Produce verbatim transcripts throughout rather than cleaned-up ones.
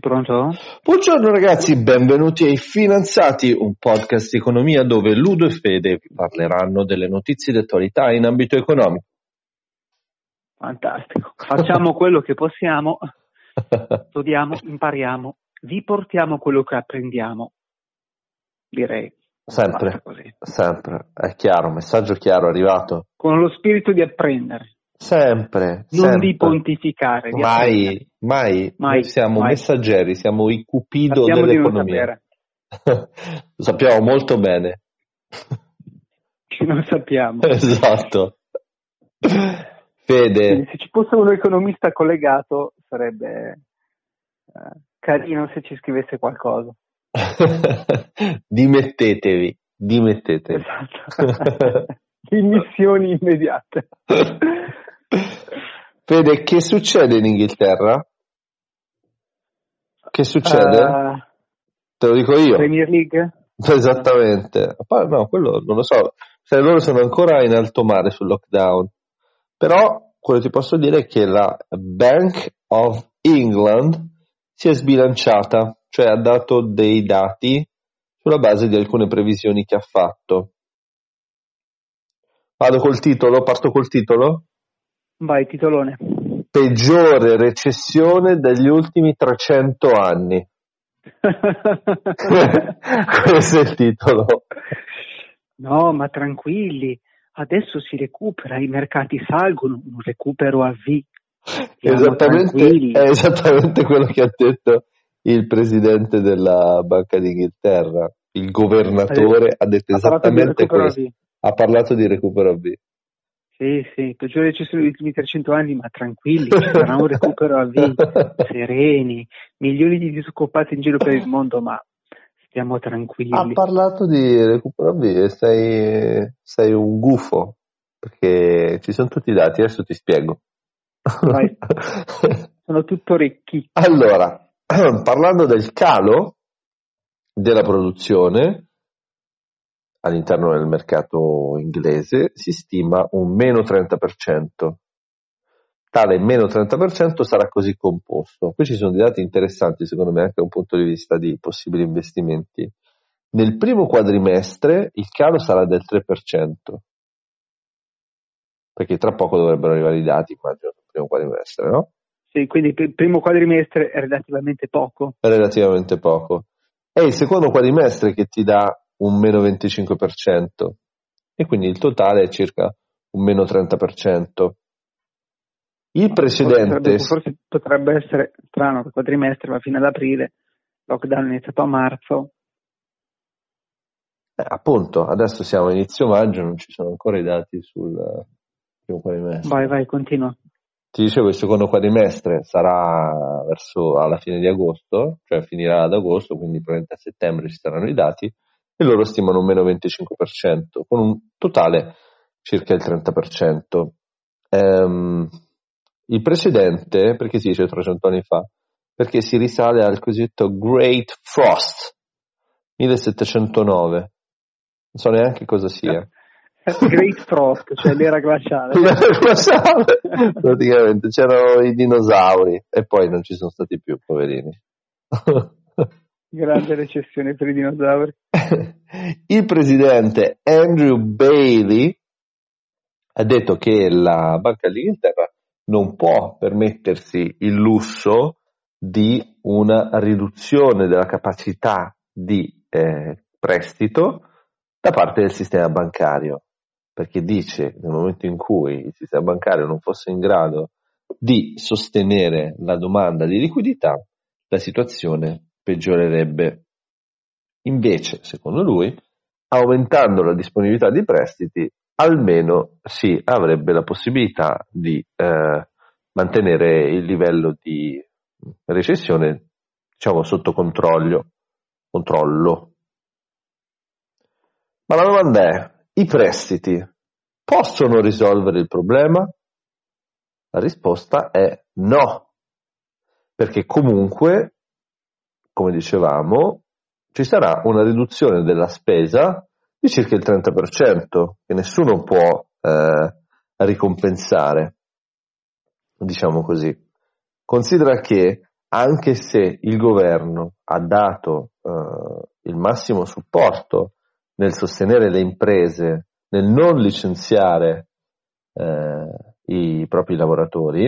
Pronto? Buongiorno ragazzi, benvenuti ai Finanziati, un podcast di economia dove Ludo e Fede vi parleranno delle notizie di attualità in ambito economico. Fantastico, facciamo quello che possiamo, studiamo, impariamo, vi portiamo quello che apprendiamo, direi. Sempre, così. sempre, è chiaro, messaggio chiaro, arrivato. Con lo spirito di apprendere. Sempre, non sempre. di pontificare, di mai, mai, mai, noi siamo mai. messaggeri, siamo i cupido Sappiamo dell'economia. Lo sappiamo molto bene. Che non sappiamo. Esatto. Fede. Quindi, se ci fosse un economista collegato sarebbe eh, carino se ci scrivesse qualcosa. Dimettetevi, dimettetevi. Esatto. Dimissioni immediate. Fede, che succede in Inghilterra? Che succede? Uh, Te lo dico io. Premier League? Esattamente. No, quello non lo so. Cioè, loro sono ancora in alto mare sul lockdown. Però quello che ti posso dire è che la Bank of England si è sbilanciata, cioè ha dato dei dati sulla base di alcune previsioni che ha fatto. Vado col titolo, parto col titolo? Vai, titolone. Peggiore recessione degli ultimi trecento anni. Questo è il titolo. No, ma tranquilli, adesso si recupera, i mercati salgono, un recupero a V. Esattamente, è esattamente quello che ha detto il presidente della Banca d'Inghilterra. Il governatore ha detto ha esattamente questo. V. Ha parlato di recupero a V. Sì, sì, peggiore recessione degli ultimi trecento anni, ma tranquilli, ci sarà un recupero a V, sereni, milioni di disoccupati in giro per il mondo, ma stiamo tranquilli. Ha parlato di recupero a V e sei, sei un gufo, perché ci sono tutti i dati, adesso ti spiego. Vai. Sono tutto orecchi. Allora, parlando del calo della produzione all'interno del mercato inglese, si stima un meno trenta per cento. Tale meno trenta per cento sarà così composto. Qui ci sono dei dati interessanti, secondo me, anche da un punto di vista di possibili investimenti. Nel primo quadrimestre il calo sarà del tre per cento, perché tra poco dovrebbero arrivare i dati, immagino, nel primo quadrimestre, no? Sì, quindi il primo quadrimestre è relativamente poco. È relativamente poco. È il secondo quadrimestre che ti dà un meno venticinque per cento e quindi il totale è circa un meno trenta per cento. Il precedente... Forse, forse potrebbe essere strano, il quadrimestre va fino ad aprile, lockdown è iniziato a marzo. Eh, appunto, adesso siamo a inizio maggio, non ci sono ancora i dati sul primo quadrimestre. Vai, vai, continua. Ti dicevo, il secondo quadrimestre sarà verso alla fine di agosto, cioè finirà ad agosto, quindi probabilmente a settembre ci saranno i dati, e loro stimano un meno venticinque per cento, con un totale circa il trenta per cento. Ehm, il precedente, perché si dice trecento anni fa? Perché si risale al cosiddetto Great Frost, millesettecentonove. Non so neanche cosa sia. Great Frost, cioè l'era glaciale. L'era glaciale, praticamente, c'erano i dinosauri e poi non ci sono stati più, poverini. Grande recessione per i dinosauri. Il presidente Andrew Bailey ha detto che la Banca d'Inghilterra non può permettersi il lusso di una riduzione della capacità di eh, prestito da parte del sistema bancario, perché dice nel momento in cui il sistema bancario non fosse in grado di sostenere la domanda di liquidità, la situazione peggiorerebbe. Invece, secondo lui, aumentando la disponibilità di prestiti, almeno si avrebbe la possibilità di eh, mantenere il livello di recessione, diciamo, sotto controllo. controllo. Ma la domanda è, i prestiti possono risolvere il problema? La risposta è no, perché comunque, come dicevamo, ci sarà una riduzione della spesa di circa il trenta per cento, che nessuno può eh, ricompensare, diciamo così. Considera che anche se il governo ha dato eh, il massimo supporto nel sostenere le imprese, nel non licenziare eh, i propri lavoratori,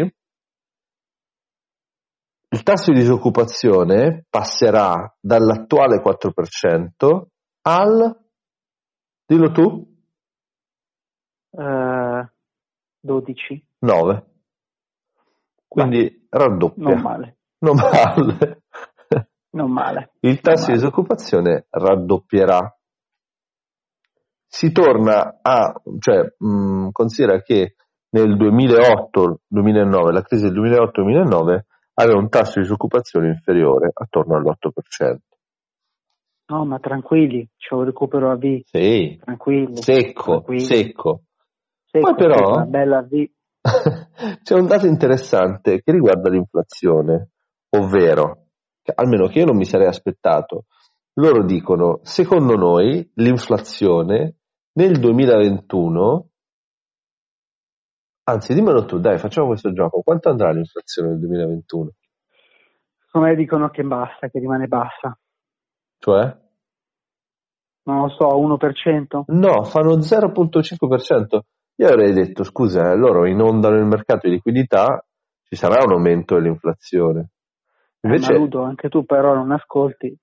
il tasso di disoccupazione passerà dall'attuale quattro per cento al, dillo tu, Uh, dodici. nove. Quindi Beh, raddoppia. non male. Non male. Non male. Il tasso non di male. disoccupazione raddoppierà. Si torna a, cioè, mh, considera che nel duemilaotto duemilanove, la crisi del duemilaotto duemilanove, aveva un tasso di disoccupazione inferiore, attorno all'otto per cento. No, ma tranquilli, c'è un recupero a V. Sì, Tranquilli. secco, tranquilli. secco. Secco, Poi però sì, una bella V. c'è un dato interessante che riguarda l'inflazione, ovvero, che almeno che io non mi sarei aspettato, loro dicono, secondo noi l'inflazione nel duemilaventuno, anzi dimmelo tu, dai, facciamo questo gioco, quanto andrà l'inflazione nel duemilaventuno? Secondo me dicono che basta, che rimane bassa. Cioè? Non lo so, uno per cento? No, fanno zero virgola cinque per cento. Io avrei detto, scusa, eh, loro inondano il mercato di liquidità, ci sarà un aumento dell'inflazione. Invece... Eh, ma Ludo, anche tu però non ascolti.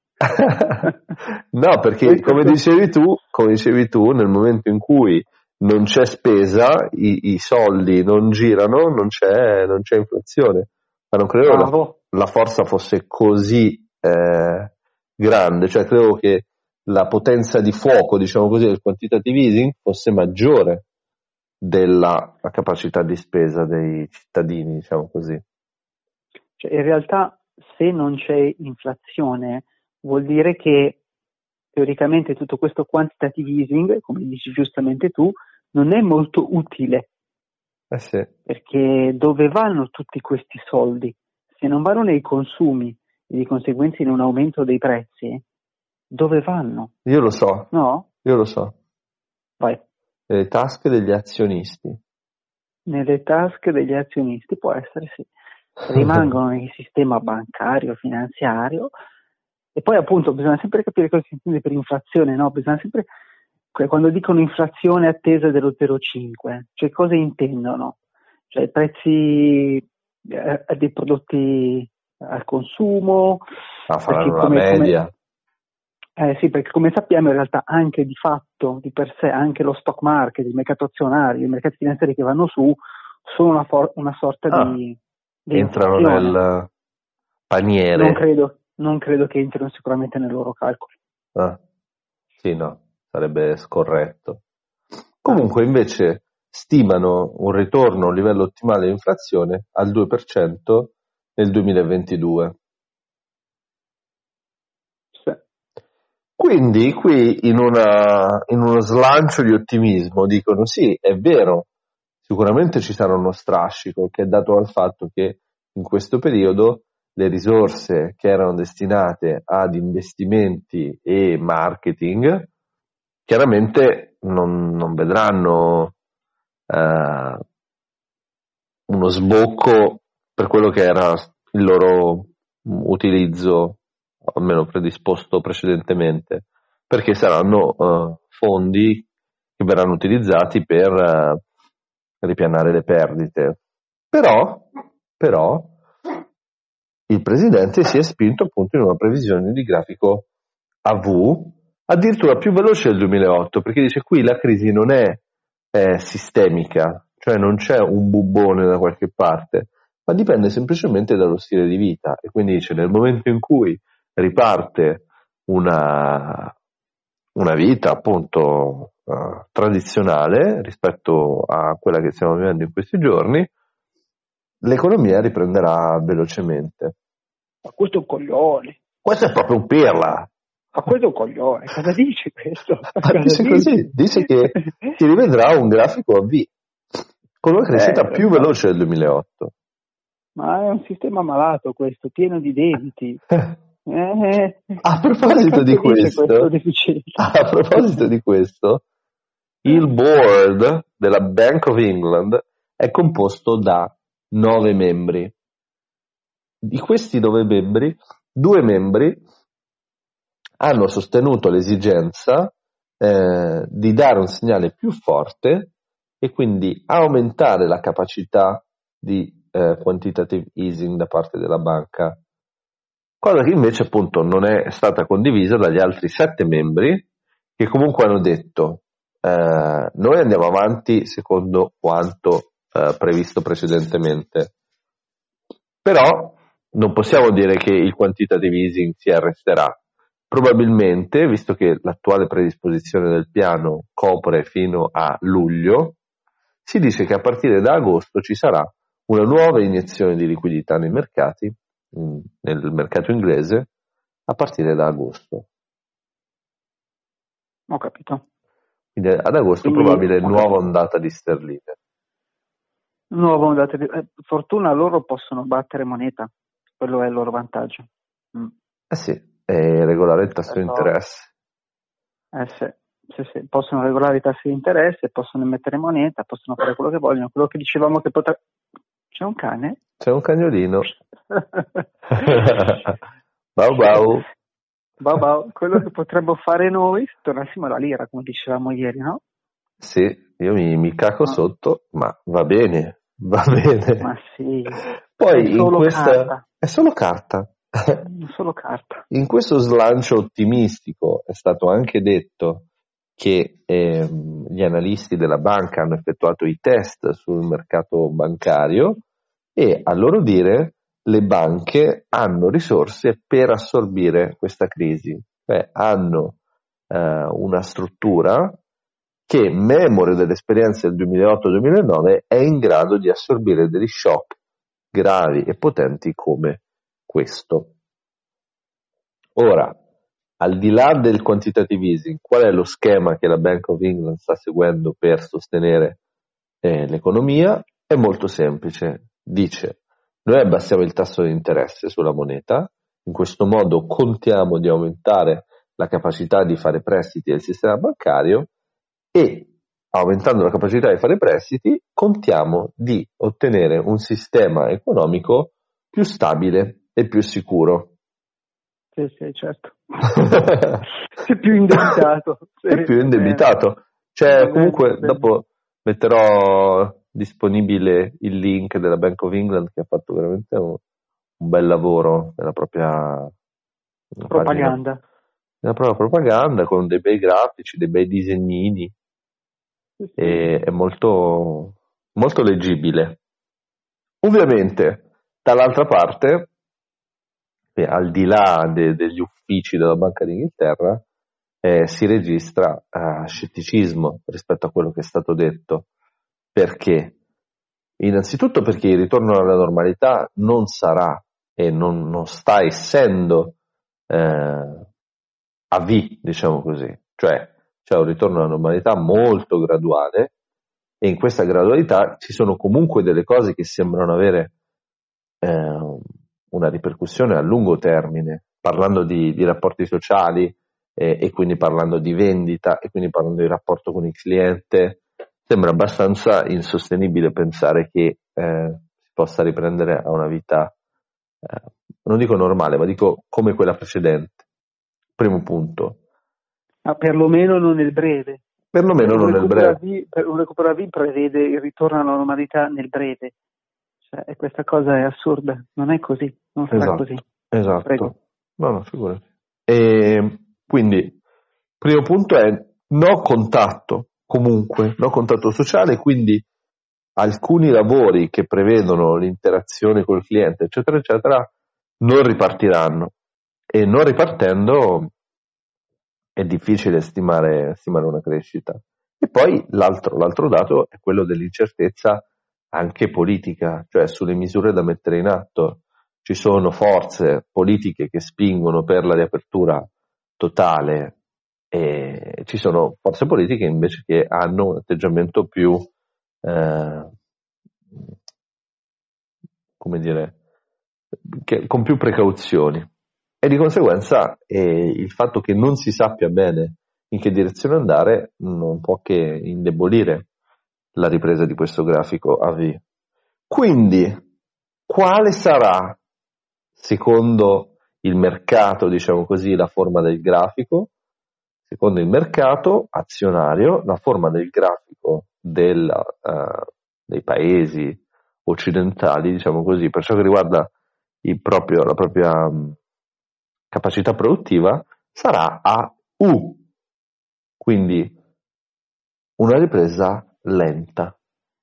No, perché come dicevi tu, come dicevi tu, nel momento in cui non c'è spesa, i, i soldi non girano, non c'è, non c'è inflazione. Ma non credo la, la forza fosse così eh, grande, cioè credo che la potenza di fuoco, diciamo così, del quantitative easing fosse maggiore della capacità di spesa dei cittadini, diciamo così. Cioè, in realtà, se non c'è inflazione, vuol dire che teoricamente tutto questo quantitative easing, come dici giustamente tu, non è molto utile. Eh sì. Perché dove vanno tutti questi soldi? Se non vanno nei consumi e di conseguenza in un aumento dei prezzi, dove vanno? Io lo so. No? Io lo so. Vai. Nelle tasche degli azionisti. Nelle tasche degli azionisti, può essere sì. Rimangono nel sistema bancario, finanziario, e poi appunto bisogna sempre capire cosa si intende per inflazione, no? Bisogna sempre, quando dicono inflazione attesa dello zero virgola cinque, cioè cosa intendono? Cioè prezzi eh, dei prodotti al consumo, ah, faranno come, la media. come, eh sì, perché come sappiamo in realtà anche di fatto, di per sé, anche lo stock market, il mercato azionario, i mercati finanziari che vanno su, sono una, for- una sorta ah, di, di entrano inflazione. nel paniere. Non credo, non credo che entrino sicuramente nei loro calcoli. Ah, sì, no, sarebbe scorretto. Comunque invece stimano un ritorno a un livello ottimale di inflazione al due per cento nel duemilaventidue. Sì. Quindi qui in, una, in uno slancio di ottimismo dicono sì, è vero, sicuramente ci sarà uno strascico che è dato dal fatto che in questo periodo le risorse che erano destinate ad investimenti e marketing chiaramente non, non vedranno eh, uno sbocco per quello che era il loro utilizzo, almeno predisposto precedentemente, perché saranno eh, fondi che verranno utilizzati per eh, ripianare le perdite. Però, però il presidente si è spinto appunto in una previsione di grafico a V addirittura più veloce del duemilaotto, perché dice qui la crisi non è eh, sistemica, cioè non c'è un bubbone da qualche parte, ma dipende semplicemente dallo stile di vita. E quindi dice nel momento in cui riparte una, una vita appunto eh, tradizionale rispetto a quella che stiamo vivendo in questi giorni, l'economia riprenderà velocemente. Ma questo è un coglione. Questo è proprio un pirla. Ma questo è un coglione. Cosa dice questo? Ma dice così, dice che si rivedrà un grafico a V, con una crescita eh, più ma, veloce del duemilaotto. Ma è un sistema malato questo, pieno di debiti. Eh, a proposito di questo, questo a proposito di questo, il board della Bank of England è composto da nove membri. di questi nove membri, due membri hanno sostenuto l'esigenza eh, di dare un segnale più forte e quindi aumentare la capacità di eh, quantitative easing da parte della banca, cosa che invece appunto non è stata condivisa dagli altri sette membri, che comunque hanno detto eh, noi andiamo avanti secondo quanto eh, previsto precedentemente, però non possiamo dire che il quantitative easing si arresterà. Probabilmente, visto che l'attuale predisposizione del piano copre fino a luglio, si dice che a partire da agosto ci sarà una nuova iniezione di liquidità nei mercati, nel mercato inglese, a partire da agosto. Ho capito. Quindi ad agosto Quindi, probabile nuova ondata di sterline. Nuova ondata di... eh, fortuna loro possono battere moneta, quello è il loro vantaggio. Mm. Eh sì, e regolare il tasso di interesse. Eh sì. Sì, sì, possono regolare i tassi di interesse, possono emettere moneta, possono fare quello che vogliono. Quello che dicevamo che potrà... C'è un cane? C'è un cagnolino. Bau bau. Bau bau. Quello che potremmo fare noi se tornassimo alla lira, come dicevamo ieri, no? Sì, io mi, mi caco no. sotto, ma va bene, va bene. Ma sì. Poi è solo in questa... carta. È solo carta. Solo carta. In questo slancio ottimistico è stato anche detto che ehm, gli analisti della banca hanno effettuato i test sul mercato bancario e a loro dire le banche hanno risorse per assorbire questa crisi, cioè hanno eh, una struttura che, memore dell'esperienza del duemilaotto duemilanove, è in grado di assorbire degli shock gravi e potenti come questo. Ora, al di là del quantitative easing, qual è lo schema che la Bank of England sta seguendo per sostenere eh, l'economia? È molto semplice. Dice, noi abbassiamo il tasso di interesse sulla moneta, in questo modo contiamo di aumentare la capacità di fare prestiti del sistema bancario e, aumentando la capacità di fare prestiti, contiamo di ottenere un sistema economico più stabile e più sicuro. Sì, sì, certo. Sei più indebitato. Sì, è più indebitato. Cioè, bene, comunque, bene. dopo metterò disponibile il link della Bank of England, che ha fatto veramente un, un bel lavoro nella propria propaganda. Pagina, nella propria propaganda, con dei bei grafici, dei bei disegnini. Sì, sì. E è molto, molto leggibile. Ovviamente, dall'altra parte, e al di là de, degli uffici della Banca d'Inghilterra, eh, si registra eh, scetticismo rispetto a quello che è stato detto. Perché? Innanzitutto perché il ritorno alla normalità non sarà e non, non sta essendo eh, a V, diciamo così. Cioè c'è un ritorno alla normalità molto graduale e in questa gradualità ci sono comunque delle cose che sembrano avere eh, una ripercussione a lungo termine, parlando di, di rapporti sociali eh, e quindi parlando di vendita e quindi parlando di rapporto con il cliente. Sembra abbastanza insostenibile pensare che eh, si possa riprendere a una vita, eh, non dico normale, ma dico come quella precedente. Primo punto. Ma perlomeno non nel breve. Perlomeno non nel breve. V, un recupero a V prevede il ritorno alla normalità nel breve. Cioè, e questa cosa è assurda, non è così, non sarà esatto, così. Esatto. Prego. No, no, figurati. E quindi, primo punto è no contatto, comunque, no contatto sociale, quindi alcuni lavori che prevedono l'interazione col cliente, eccetera, eccetera, non ripartiranno. E non ripartendo è difficile stimare, stimare una crescita. E poi l'altro, l'altro dato è quello dell'incertezza anche politica, cioè sulle misure da mettere in atto. Ci sono forze politiche che spingono per la riapertura totale e ci sono forze politiche invece che hanno un atteggiamento più, eh, come dire, che, con più precauzioni. E di conseguenza eh, il fatto che non si sappia bene in che direzione andare non può che indebolire la ripresa di questo grafico a V. Quindi, quale sarà secondo il mercato, diciamo così, la forma del grafico, secondo il mercato azionario, la forma del grafico del, uh, dei paesi occidentali, diciamo così, per ciò che riguarda il proprio, la propria um, capacità produttiva, sarà a U, quindi una ripresa lenta.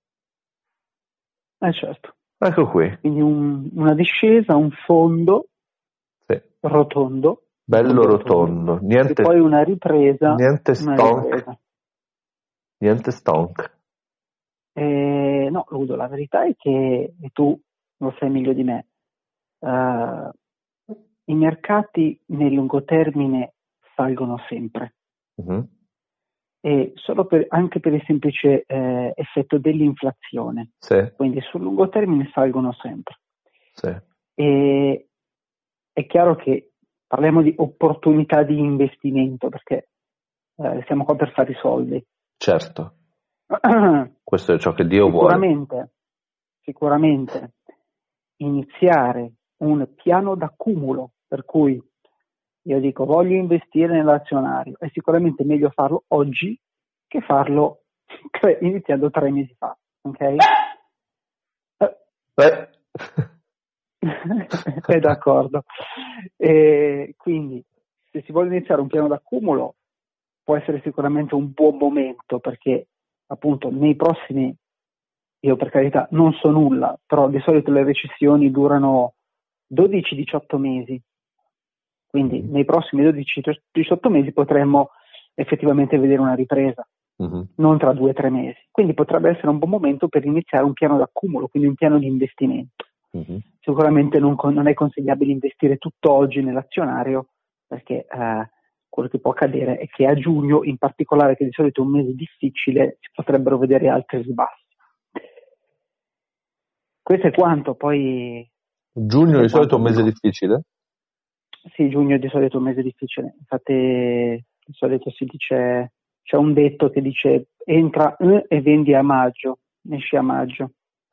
Eh certo. Ecco qui. Quindi un, una discesa, un fondo sì. rotondo. Bello rotondo. rotondo. Niente, e poi una ripresa. Niente una stonk. ripresa. Niente stonk. Eh, no, Ludo, la verità è che, e tu lo sai meglio di me, uh, i mercati nel lungo termine salgono sempre. Uh-huh. E solo per, anche per il semplice eh, effetto dell'inflazione. Sì. Quindi sul lungo termine salgono sempre. Sì. E è chiaro che parliamo di opportunità di investimento, perché eh, siamo qua per fare i soldi. Certo. Questo è ciò che Dio sicuramente, vuole. Sicuramente iniziare un piano d'accumulo, per cui io dico voglio investire nell'azionario, è sicuramente meglio farlo oggi che farlo iniziando tre mesi fa, ok? Eh. È d'accordo. E quindi se si vuole iniziare un piano d'accumulo può essere sicuramente un buon momento, perché appunto nei prossimi, io per carità non so nulla, però di solito le recessioni durano dodici diciotto mesi, quindi nei prossimi dodici diciotto mesi potremmo effettivamente vedere una ripresa, uh-huh. non tra due o tre mesi, quindi potrebbe essere un buon momento per iniziare un piano d'accumulo, quindi un piano di investimento. Uh-huh. Sicuramente non, non è consigliabile investire tutto oggi nell'azionario, perché eh, quello che può accadere è che a giugno, in particolare, che di solito è un mese difficile, si potrebbero vedere altri ribassi. Questo è quanto, poi... Giugno di solito è un mese difficile? Sì, giugno è di solito un mese difficile, infatti di solito si dice, c'è un detto che dice entra eh, e vendi a maggio, esci a maggio.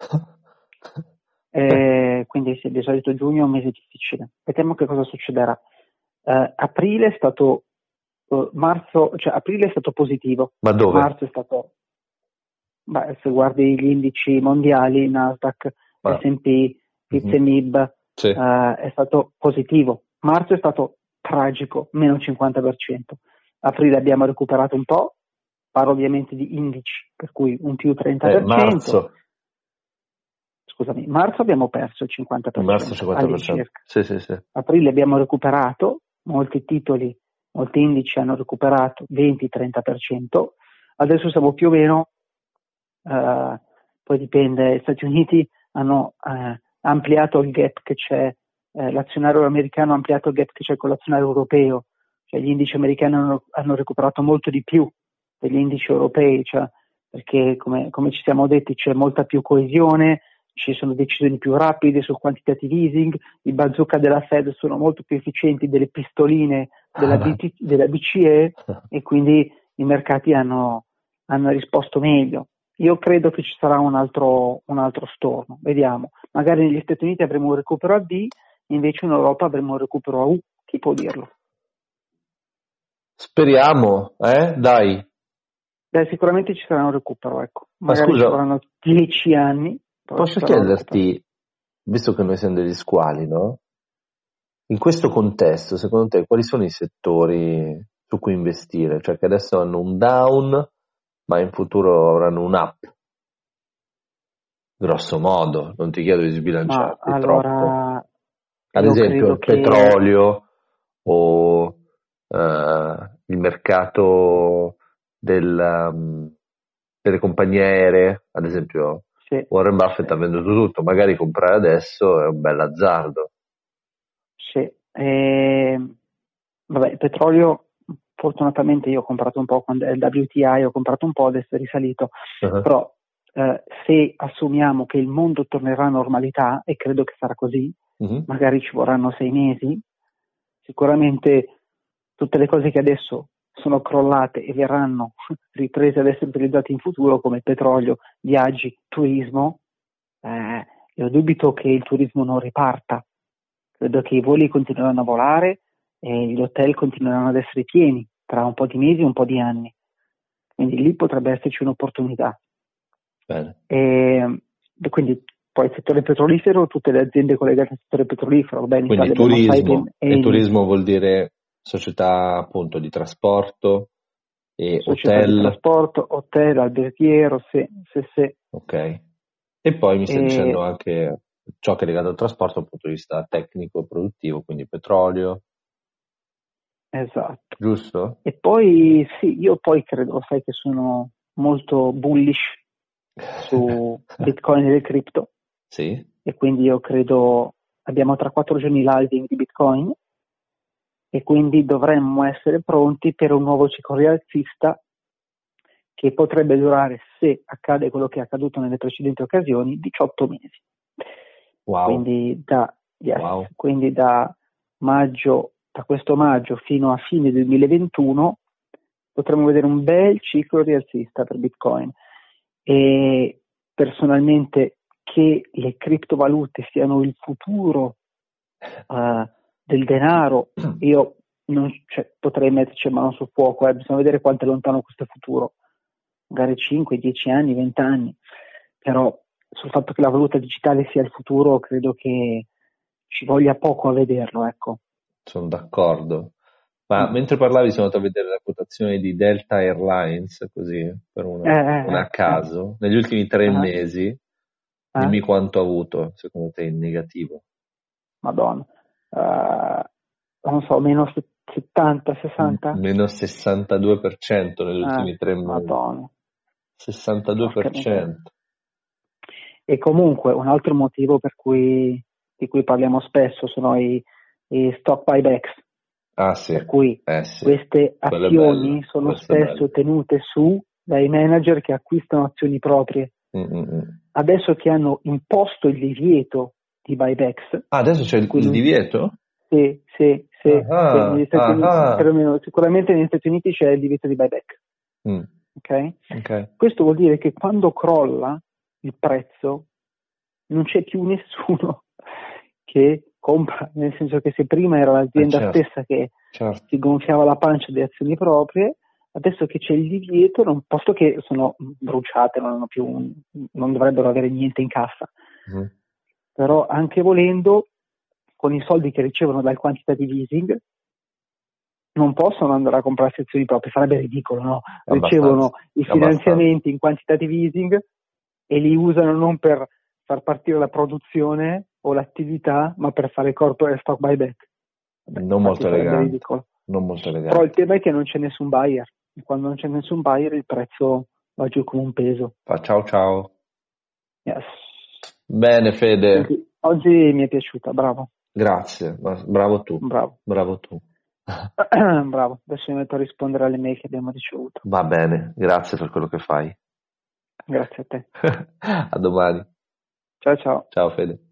E quindi sì, di solito giugno è un mese difficile. Vediamo che cosa succederà. Uh, aprile è stato uh, marzo, cioè aprile è stato positivo. Ma dove? Marzo è stato, beh, se guardi gli indici mondiali, Nasdaq, Ma... S and P, P Z M I B, mm-hmm. sì. uh, è stato positivo. Marzo è stato tragico, meno cinquanta per cento. Aprile abbiamo recuperato un po', parlo ovviamente di indici, per cui un più trenta per cento. Eh, marzo. Scusami, marzo abbiamo perso il cinquanta per cento. Marzo cinquanta per cento. Sì, sì, sì. Aprile abbiamo recuperato, molti titoli, molti indici hanno recuperato venti trenta per cento. Adesso siamo più o meno, uh, poi dipende, gli Stati Uniti hanno uh, ampliato il gap che c'è, eh, l'azionario americano ha ampliato il gap che c'è con l'azionario europeo, cioè gli indici americani hanno, hanno recuperato molto di più degli indici europei, cioè, perché come, come ci siamo detti c'è molta più coesione, ci sono decisioni più rapide sul quantitative easing, i bazooka della Fed sono molto più efficienti delle pistoline della, B T, della B C E e quindi i mercati hanno, hanno risposto meglio. Io credo che ci sarà un altro, un altro storno, vediamo. Magari negli Stati Uniti avremo un recupero a V, invece in Europa avremo un recupero a U, chi può dirlo? Speriamo, eh? Dai. Beh, sicuramente ci sarà un recupero, ecco. Magari Ma scusa, ci vorranno dieci anni. Posso chiederti, visto che noi siamo degli squali, no? In questo contesto, secondo te, quali sono i settori su cui investire? Cioè che adesso hanno un down, ma in futuro avranno un up? Grosso modo, non ti chiedo di sbilanciarti ma allora, troppo. Ad esempio il che... petrolio o uh, il mercato del, um, delle compagnie aeree, ad esempio. Sì, Warren Buffett sì. ha venduto tutto, magari comprare adesso è un bel azzardo. Sì, e, vabbè, il petrolio fortunatamente io ho comprato un po' quando è il W T I, ho comprato un po', adesso è risalito, uh-huh. però eh, se assumiamo che il mondo tornerà a normalità, e credo che sarà così, uh-huh. magari ci vorranno sei mesi, sicuramente tutte le cose che adesso sono crollate e verranno riprese ad essere utilizzate in futuro, come petrolio, viaggi, turismo, eh, io dubito che il turismo non riparta, credo che i voli continueranno a volare e gli hotel continueranno ad essere pieni tra un po' di mesi e un po' di anni. Quindi lì potrebbe esserci un'opportunità. Bene. E quindi poi il settore petrolifero, tutte le aziende collegate al settore petrolifero, beh, in Quindi Italia abbiamo turismo, Saipem e Eni, turismo vuol dire società appunto di trasporto e società di hotel. trasporto, hotel, alberghiero, se, se, se. Ok. E poi mi stai dicendo E, anche ciò che è legato al trasporto dal punto di vista tecnico e produttivo, quindi petrolio, esatto. giusto? E poi sì, io poi credo, lo sai che sono molto bullish su Bitcoin e le cripto, Sì. e quindi io credo abbiamo tra quattro giorni l'halving di Bitcoin e quindi dovremmo essere pronti per un nuovo ciclo rialzista che potrebbe durare, se accade quello che è accaduto nelle precedenti occasioni, diciotto mesi. Wow. Quindi da, yes, Wow. quindi da maggio, da questo maggio fino a fine duemilaventuno potremmo vedere un bel ciclo rialzista per Bitcoin. E personalmente che le criptovalute siano il futuro uh, del denaro, io non, cioè, potrei metterci mano sul fuoco, eh, bisogna vedere quanto è lontano questo futuro, magari cinque, dieci anni, venti anni, però sul fatto che la valuta digitale sia il futuro credo che ci voglia poco a vederlo, ecco. Sono d'accordo. Ma Mm. mentre parlavi sono andato a vedere la quotazione di Delta Airlines, così, per una, Eh, una eh, a eh, caso, negli ultimi tre eh, mesi, eh, dimmi quanto ha avuto, secondo te, in negativo. Madonna, uh, non so, meno settanta, sessanta? M- meno sessantadue per cento negli Eh, ultimi tre mesi. Madonna, porca miseria. sessantadue per cento. E comunque un altro motivo per cui, di cui parliamo spesso sono i, i stock buybacks, Ah sì, per cui eh sì, queste quello è bello, azioni sono questo è bello. spesso tenute su dai manager che acquistano azioni proprie. Mm-mm. Adesso che hanno imposto il divieto di buybacks, Ah, adesso c'è il, cui il non, divieto? sì, sì, sì, sì, Ah, negli Stati ah, Uniti, ah. perlomeno sicuramente negli Stati Uniti c'è il divieto di buyback. Mm, Okay? ok. Questo vuol dire che quando crolla il prezzo non c'è più nessuno che compra, nel senso che se prima era Eh, l'azienda certo, stessa che certo. si gonfiava la pancia di azioni proprie, adesso che c'è il divieto, non, posto che sono bruciate, non, hanno più un- non dovrebbero avere niente in cassa, Mm. però anche volendo, con i soldi che ricevono dal quantitative easing, non possono andare a comprare azioni proprie, sarebbe ridicolo, no? Abbastanza, Ricevono i abbastanza. finanziamenti in quantitative easing e li usano non per far partire la produzione o l'attività, ma per fare corporate stock buyback. Vabbè, Non infatti molto sarebbe elegante, ridicolo. non molto Però il elegante. tema è che non c'è nessun buyer. E quando non c'è nessun buyer il prezzo va giù come un peso. Fa ciao ciao. Yes. Bene, Fede, Senti, oggi mi è piaciuta, bravo, grazie, ma- bravo tu, bravo. bravo tu. Bravo, adesso mi metto a rispondere alle mail che abbiamo ricevuto. Va bene, grazie per quello che fai. Grazie a te. A domani. Ciao ciao. Ciao Fede.